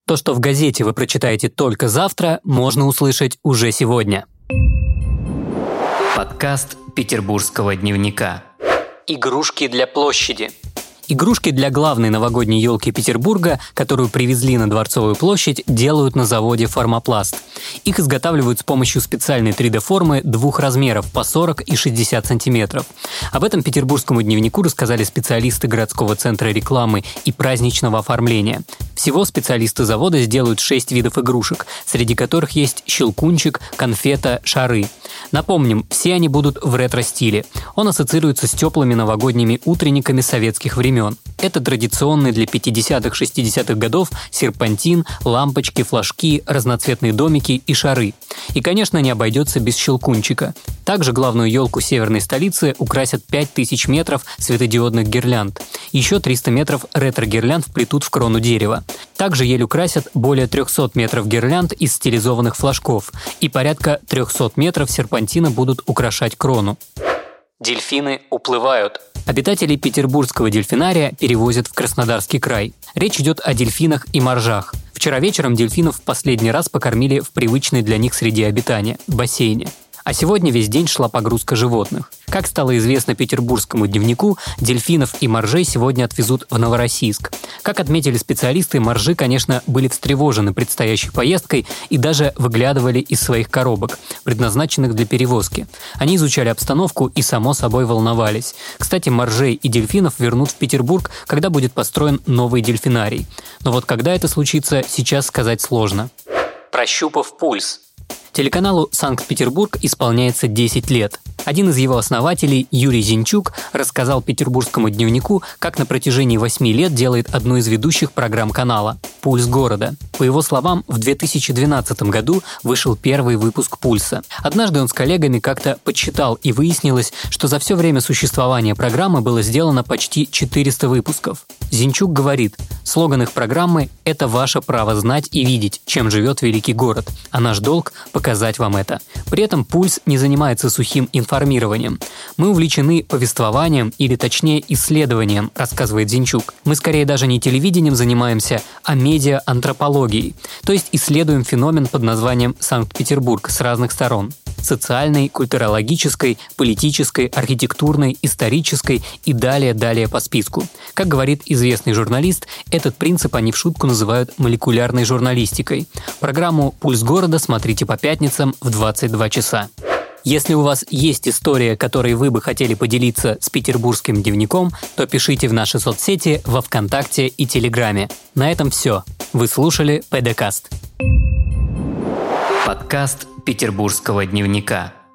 То, что в газете вы прочитаете только завтра, можно услышать уже сегодня. Подкаст Петербургского дневника. Игрушки для площади. Игрушки для главной новогодней елки Петербурга, которую привезли на Дворцовую площадь, делают на заводе «Формопласт». Их изготавливают с помощью специальной 3D-формы двух размеров по 40 и 60 сантиметров. Об этом Петербургскому дневнику рассказали специалисты городского центра рекламы и праздничного оформления. Всего специалисты завода сделают 6 видов игрушек, среди которых есть щелкунчик, конфета, шары. Напомним, все они будут в ретро-стиле. Он ассоциируется с теплыми новогодними утренниками советских времен. Это традиционные для 50-х, 60-х годов серпантин, лампочки, флажки, разноцветные домики и шары. И, конечно, не обойдется без щелкунчика. Также главную елку северной столицы украсят 5000 метров светодиодных гирлянд. Еще 300 метров ретро-гирлянд вплетут в крону дерева. Также ель украсят более 300 метров гирлянд из стилизованных флажков. И порядка 300 метров серпантина будут украшать крону. Дельфины уплывают. Обитателей Петербургского дельфинария перевозят в Краснодарский край. Речь идет о дельфинах и моржах. Вчера вечером дельфинов в последний раз покормили в привычной для них среде обитания – бассейне. А сегодня весь день шла погрузка животных. Как стало известно Петербургскому дневнику, дельфинов и моржей сегодня отвезут в Новороссийск. Как отметили специалисты, моржи, конечно, были встревожены предстоящей поездкой и даже выглядывали из своих коробок, предназначенных для перевозки. Они изучали обстановку и, само собой, волновались. Кстати, моржей и дельфинов вернут в Петербург, когда будет построен новый дельфинарий. Но вот когда это случится, сейчас сказать сложно. Прощупав пульс. Телеканалу «Санкт-Петербург» исполняется 10 лет. Один из его основателей, Юрий Зинчук, рассказал Петербургскому дневнику, как на протяжении 8 лет делает одну из ведущих программ канала «Пульс города». По его словам, в 2012 году вышел первый выпуск «Пульса». Однажды он с коллегами как-то подсчитал, и выяснилось, что за все время существования программы было сделано почти 400 выпусков. Зинчук говорит, слоган их программы – это ваше право знать и видеть, чем живет великий город, а наш долг – показать вам это. При этом «Пульс» не занимается сухим информированием. Мы увлечены повествованием, или точнее исследованием, рассказывает Зинчук. Мы скорее даже не телевидением занимаемся, а медиа-антропологией. То есть исследуем феномен под названием Санкт-Петербург с разных сторон. Социальной, культурологической, политической, архитектурной, исторической и далее по списку. Как говорит известный журналист, этот принцип они в шутку называют молекулярной журналистикой. Программу «Пульс города» смотрите по пятницам в 22 часа. Если у вас есть история, которой вы бы хотели поделиться с Петербургским дневником, то пишите в наши соцсети во ВКонтакте и Телеграме. На этом все. Вы слушали ПДКаст. Подкаст Петербургского дневника.